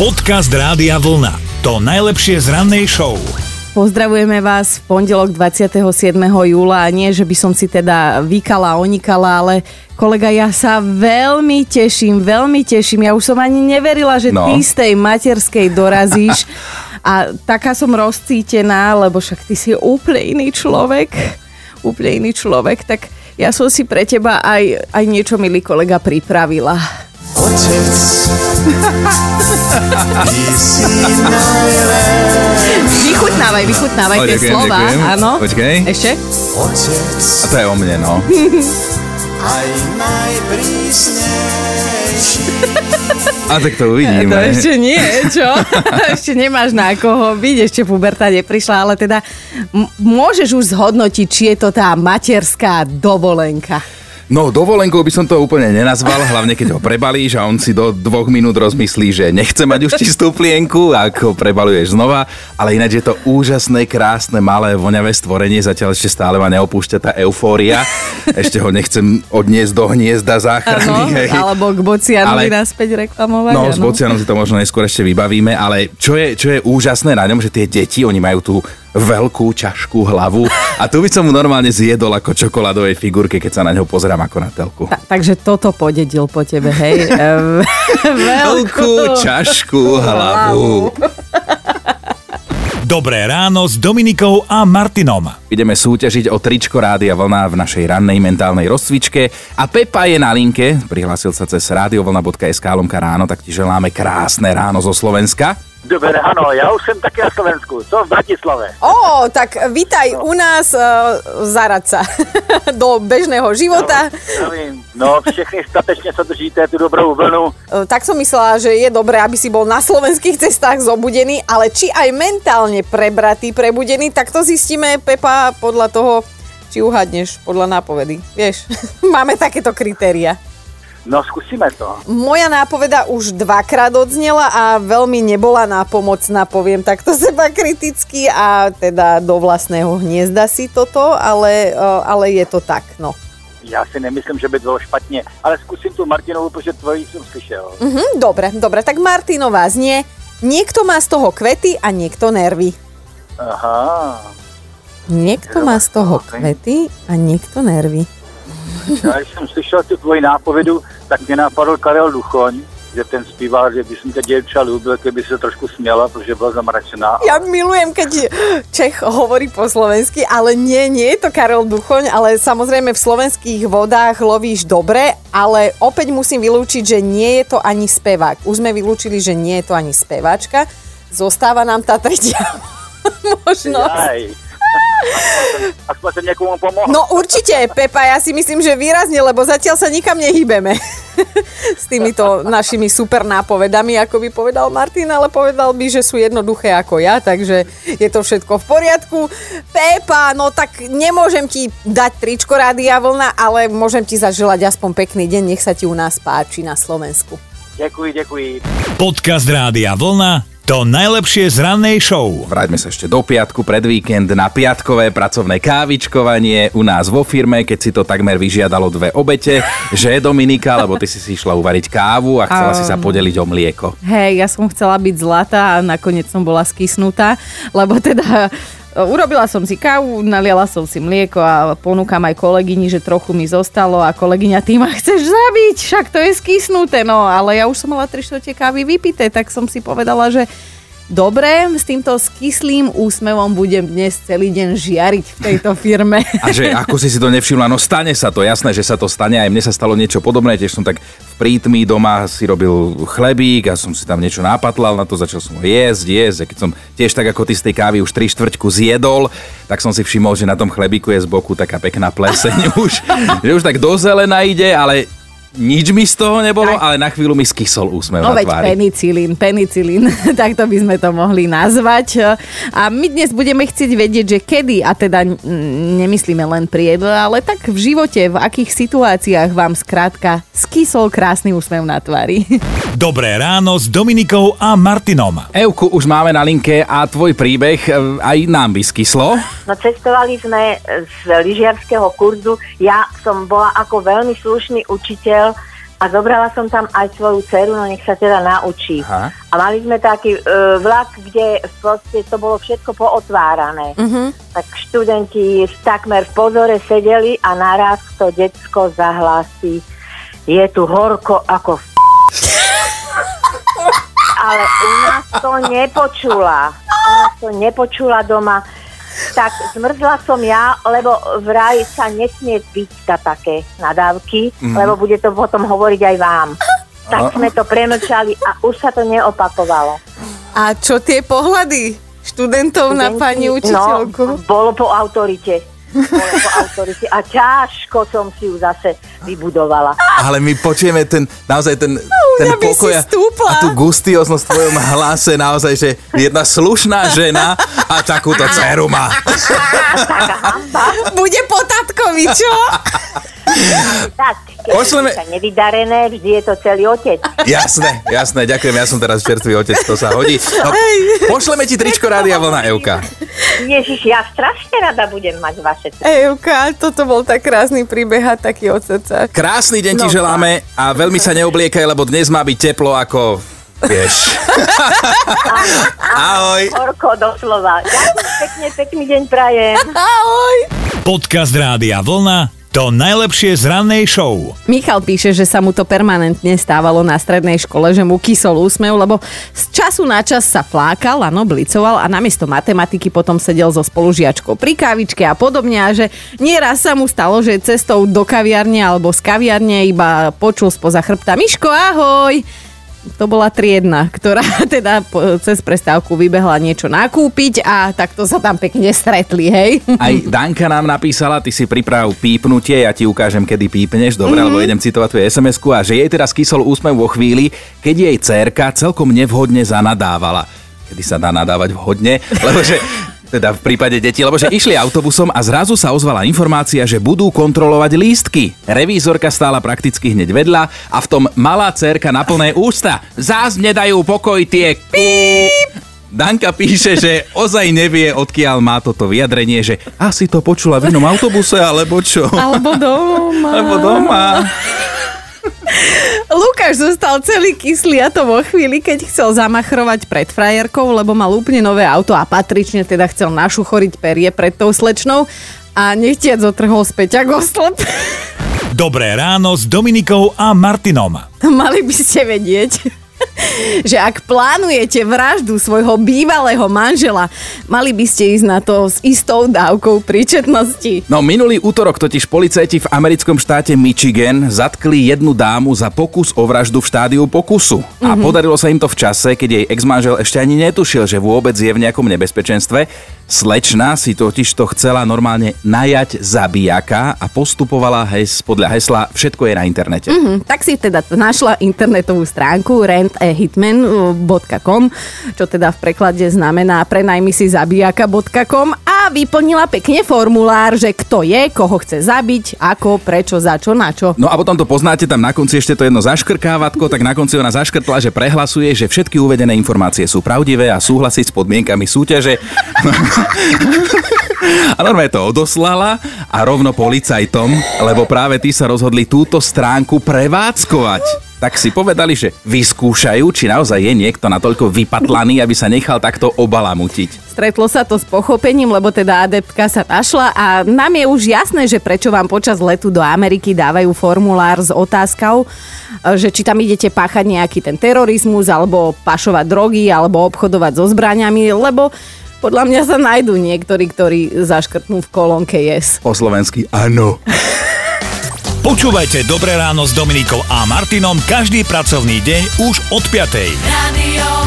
Podcast Rádia Vlna. To najlepšie z rannej show. Pozdravujeme vás v pondelok 27. júla a nie, že by som si teda vykala, onikala, ale kolega, ja sa veľmi teším. Ja už som ani neverila, že ty z tej materskej dorazíš a taká som rozcítená, lebo však ty si úplne iný človek, tak ja som si pre teba aj niečo, milý kolega, pripravila. Otec, ty si Vychutnávaj tie slova, áno. Počkej. Ešte? Otec, A to je o mne, no. aj najprísnejší. A tak to uvidíme. To ešte nie, čo? Ešte nemáš na koho byť, ešte puberta neprišla, ale teda môžeš už zhodnotiť, či je to tá materská dovolenka. No, dovolenkou by som to úplne nenazval, hlavne keď ho prebalíš a on si do 2 minút rozmyslí, že nechce mať už čistú plienku, ak ho prebaluješ znova, ale ináč je to úžasné, krásne, malé, voňavé stvorenie, zatiaľ ešte stále ma neopúšťa tá eufória. Ešte ho nechcem odniesť do hniezda záchrany. Alebo k Bocianovi naspäť reklamovať. No, s Bocianom si to možno neskôr ešte vybavíme, ale čo je úžasné na ňom, že tie deti, oni majú tú veľkú, ťažkú hlavu a tu by som mu normálne zjedol ako čokoládovej figurke, keď sa na ňo pozerám ako na telku. Takže toto podedil po tebe, hej? Veľkú, ťažkú hlavu. Dobré ráno s Dominikou a Martinom. Ideme súťažiť o tričko Rádia Vlna v našej rannej mentálnej rozcvičke a Pepa je na linke, prihlásil sa cez radiovlna.sk/ráno, tak ti želáme krásne ráno zo Slovenska. Dobré ráno, ja už som také na Slovensku, som v Bratislave. Tak vitaj u nás, Zaradca, do bežného života. Všechny statečne sa držíte tú dobrou vlnu. Tak som myslela, že je dobré, aby si bol na slovenských cestách zobudený, ale či aj mentálne prebratý, prebudený, tak to zistíme, Pepa, podľa toho, či uhadneš podľa nápovedy. Vieš, máme takéto kritéria. No, skúsime to. Moja nápoveda už 2-krát odznela a veľmi nebola nápomocná, poviem takto seba kriticky a teda do vlastného hniezda si toto, ale je to tak, no. Ja si nemyslím, že by bylo špatne, ale skúsim tu Martinovu, protože tvojí som slyšel. Dobre, tak Martinová znie, niekto má z toho kvety a niekto nervy. Aha. Niekto má z toho kvety a niekto nervy. Ja, když som slyšel tu tvoji nápovedu, tak mě napadl Karel Duchoň, že ten zpívá, že by som ťa dievča ľúbil, keby si trošku smiela, protože bola zamračená. Ja milujem, keď Čech hovorí po slovensky, ale nie je to Karel Duchoň, ale samozrejme v slovenských vodách lovíš dobre, ale opäť musím vylúčiť, že nie je to ani spevák. Už sme vylúčili, že nie je to ani speváčka. Zostáva nám tá tretia možnosť. Aspoň sa niekomu pomohol. No určite, Pepa, ja si myslím, že výrazne, lebo zatiaľ sa nikam nehýbeme s týmito našimi super nápovedami, ako by povedal Martin, ale povedal by, že sú jednoduché ako ja, takže je to všetko v poriadku. Pepa, no tak nemôžem ti dať tričko Rádia Vlna, ale môžem ti zaželať aspoň pekný deň, nech sa ti u nás páči na Slovensku. Ďakujem. Podcast Rádia Vlna. To najlepšie z rannej show. Vráťme sa ešte do piatku, pred víkend na piatkové pracovné kávičkovanie u nás vo firme, keď si to takmer vyžiadalo 2 obete, že Dominika, lebo ty si išla uvariť kávu a chcela si sa podeliť o mlieko. Hej, ja som chcela byť zlatá a nakoniec som bola skysnutá, lebo teda urobila som si kávu, naliala som si mlieko a ponúkam aj kolegyni, že trochu mi zostalo a kolegyňa, ty ma chceš zabiť, však to je skysnuté, no ale ja už som mala 3/4 kávy vypité, tak som si povedala, že dobre, s týmto kyslým úsmevom budem dnes celý deň žiariť v tejto firme. A že ako si to nevšimla, no stane sa to, jasné, že sa to stane, aj mne sa stalo niečo podobné, tiež som tak v prítmi doma si robil chlebík a som si tam niečo nápatlal, na to začal som ho jesť a keď som tiež tak ako ty z tej kávy už 3/4 zjedol, tak som si všimol, že na tom chlebíku je z boku taká pekná pleseň že už tak do zelena ide, ale nič mi z toho nebolo, ale na chvíľu mi skysol úsmev na tvári. No veď penicilín, takto by sme to mohli nazvať. A my dnes budeme chcieť vedieť, že kedy, a teda nemyslíme len pri jedle, ale tak v živote, v akých situáciách vám skrátka skysol krásny úsmev na tvári. Dobré ráno s Dominikou a Martinom. Evku už máme na linke a tvoj príbeh aj nám by skyslo. No cestovali sme z lyžiarskeho kurzu. Ja som bola ako veľmi slušný učiteľ a zobrala som tam aj svoju dceru, no nech sa teda naučí. Aha. A mali sme taký vlak, kde proste to bolo všetko pootvárané. Tak študenti takmer v pozore sedeli a naraz to decko zahlási: je tu horko ako Ale u nás to nepočula doma. Tak zmrzla som ja, lebo vraj sa nesmie pýtať také nadávky, lebo bude to potom hovoriť aj vám. Tak sme to premlčali a už sa to neopakovalo. A čo tie pohľady študentov na pani učiteľku? No, bolo po autorite. A ťažko som si ju zase vybudovala. Ale my počujeme ten pokoj a tú gustioznosť v tvojom hlase, naozaj, že jedna slušná žena a takúto dceru má. Bude po tatkovi, čo? Tak, keď sa nevydarené, vždy je to celý otec. Jasné, ďakujem, ja som teraz čerstvý otec, to sa hodí. No, pošleme ti tričko Rádia Vlna, Evka. Ježiš, ja strašne rada budem mať vaše. Evka, toto bol tak krásny príbeh a taký od srdca. Krásny deň ti želáme a veľmi sa neobliekaj, lebo dnes má byť teplo ako... Vieš. Ahoj. Horko doslova. Ďakujem pekný deň prajem. Ahoj. Podcast Rádia Vlna. To najlepšie z rannej show. Michal píše, že sa mu to permanentne stávalo na strednej škole, že mu kysol úsmev, lebo z času na čas sa flákal, blicoval a namiesto matematiky potom sedel so spolužiačkou pri kávičke a podobne a že nieraz sa mu stalo, že cestou do kaviarne alebo z kaviarne iba počul spoza chrbta: Miško, ahoj! To bola triedna, ktorá teda cez prestávku vybehla niečo nakúpiť a takto sa tam pekne stretli, hej? Aj Danka nám napísala, ty si priprav pípnutie, ja ti ukážem, kedy pípneš, dobre, lebo idem citovať tvoju SMS-ku, a že jej teraz kysol úsmev vo chvíli, keď jej dcérka celkom nevhodne zanadávala. Kedy sa dá nadávať vhodne, lebo že... Teda v prípade detí, lebo že išli autobusom a zrazu sa ozvala informácia, že budú kontrolovať lístky. Revízorka stála prakticky hneď vedľa a v tom malá dcérka na plné ústa: zás nedajú pokoj tie píp. Danka píše, že ozaj nevie, odkiaľ má toto vyjadrenie, že asi to počula v inom autobuse, alebo čo? Alebo doma. Lukáš zostal celý kyslý, a to vo chvíli, keď chcel zamachrovať pred frajerkou, lebo mal úplne nové auto a patrične teda chcel našuchoriť perie pred tou slečnou a nechtiac otrhol späť ako slep. Dobré ráno s Dominikou a Martinom. Mali by ste vedieť, že ak plánujete vraždu svojho bývalého manžela, mali by ste ísť na to s istou dávkou príčetnosti. No minulý útorok totiž policajti v americkom štáte Michigan zatkli jednu dámu za pokus o vraždu v štádiu pokusu. A podarilo sa im to v čase, keď jej ex-manžel ešte ani netušil, že vôbec je v nejakom nebezpečenstve. Slečna si totiž to chcela normálne najať zabijaka a postupovala podľa hesla všetko je na internete. Tak si teda našla internetovú stránku rentahitman.com, čo teda v preklade znamená prenajmi si zabijaka.com, a vyplnila pekne formulár, že kto je, koho chce zabiť, ako, prečo, za čo, na čo. No a potom to poznáte, tam na konci ešte to jedno zaškrkávatko, tak na konci ona zaškrtla, že prehlasuje, že všetky uvedené informácie sú pravdivé a súhlasí s podmienkami súťaže. A normálne to odoslala a rovno policajtom, lebo práve tí sa rozhodli túto stránku prevádzkovať. Tak si povedali, že vyskúšajú, či naozaj je niekto natoľko vypatlaný, aby sa nechal takto obalamutiť. Stretlo sa to s pochopením, lebo teda adeptka sa našla a nám je už jasné, že prečo vám počas letu do Ameriky dávajú formulár s otázkou, že či tam idete páchať nejaký ten terorizmus, alebo pašovať drogy, alebo obchodovať so zbraňami, lebo podľa mňa sa nájdú niektorí, ktorí zaškrtnú v kolónke yes. Po slovensky áno. Počúvajte Dobré ráno s Dominikou a Martinom každý pracovný deň už od 5:00. Radio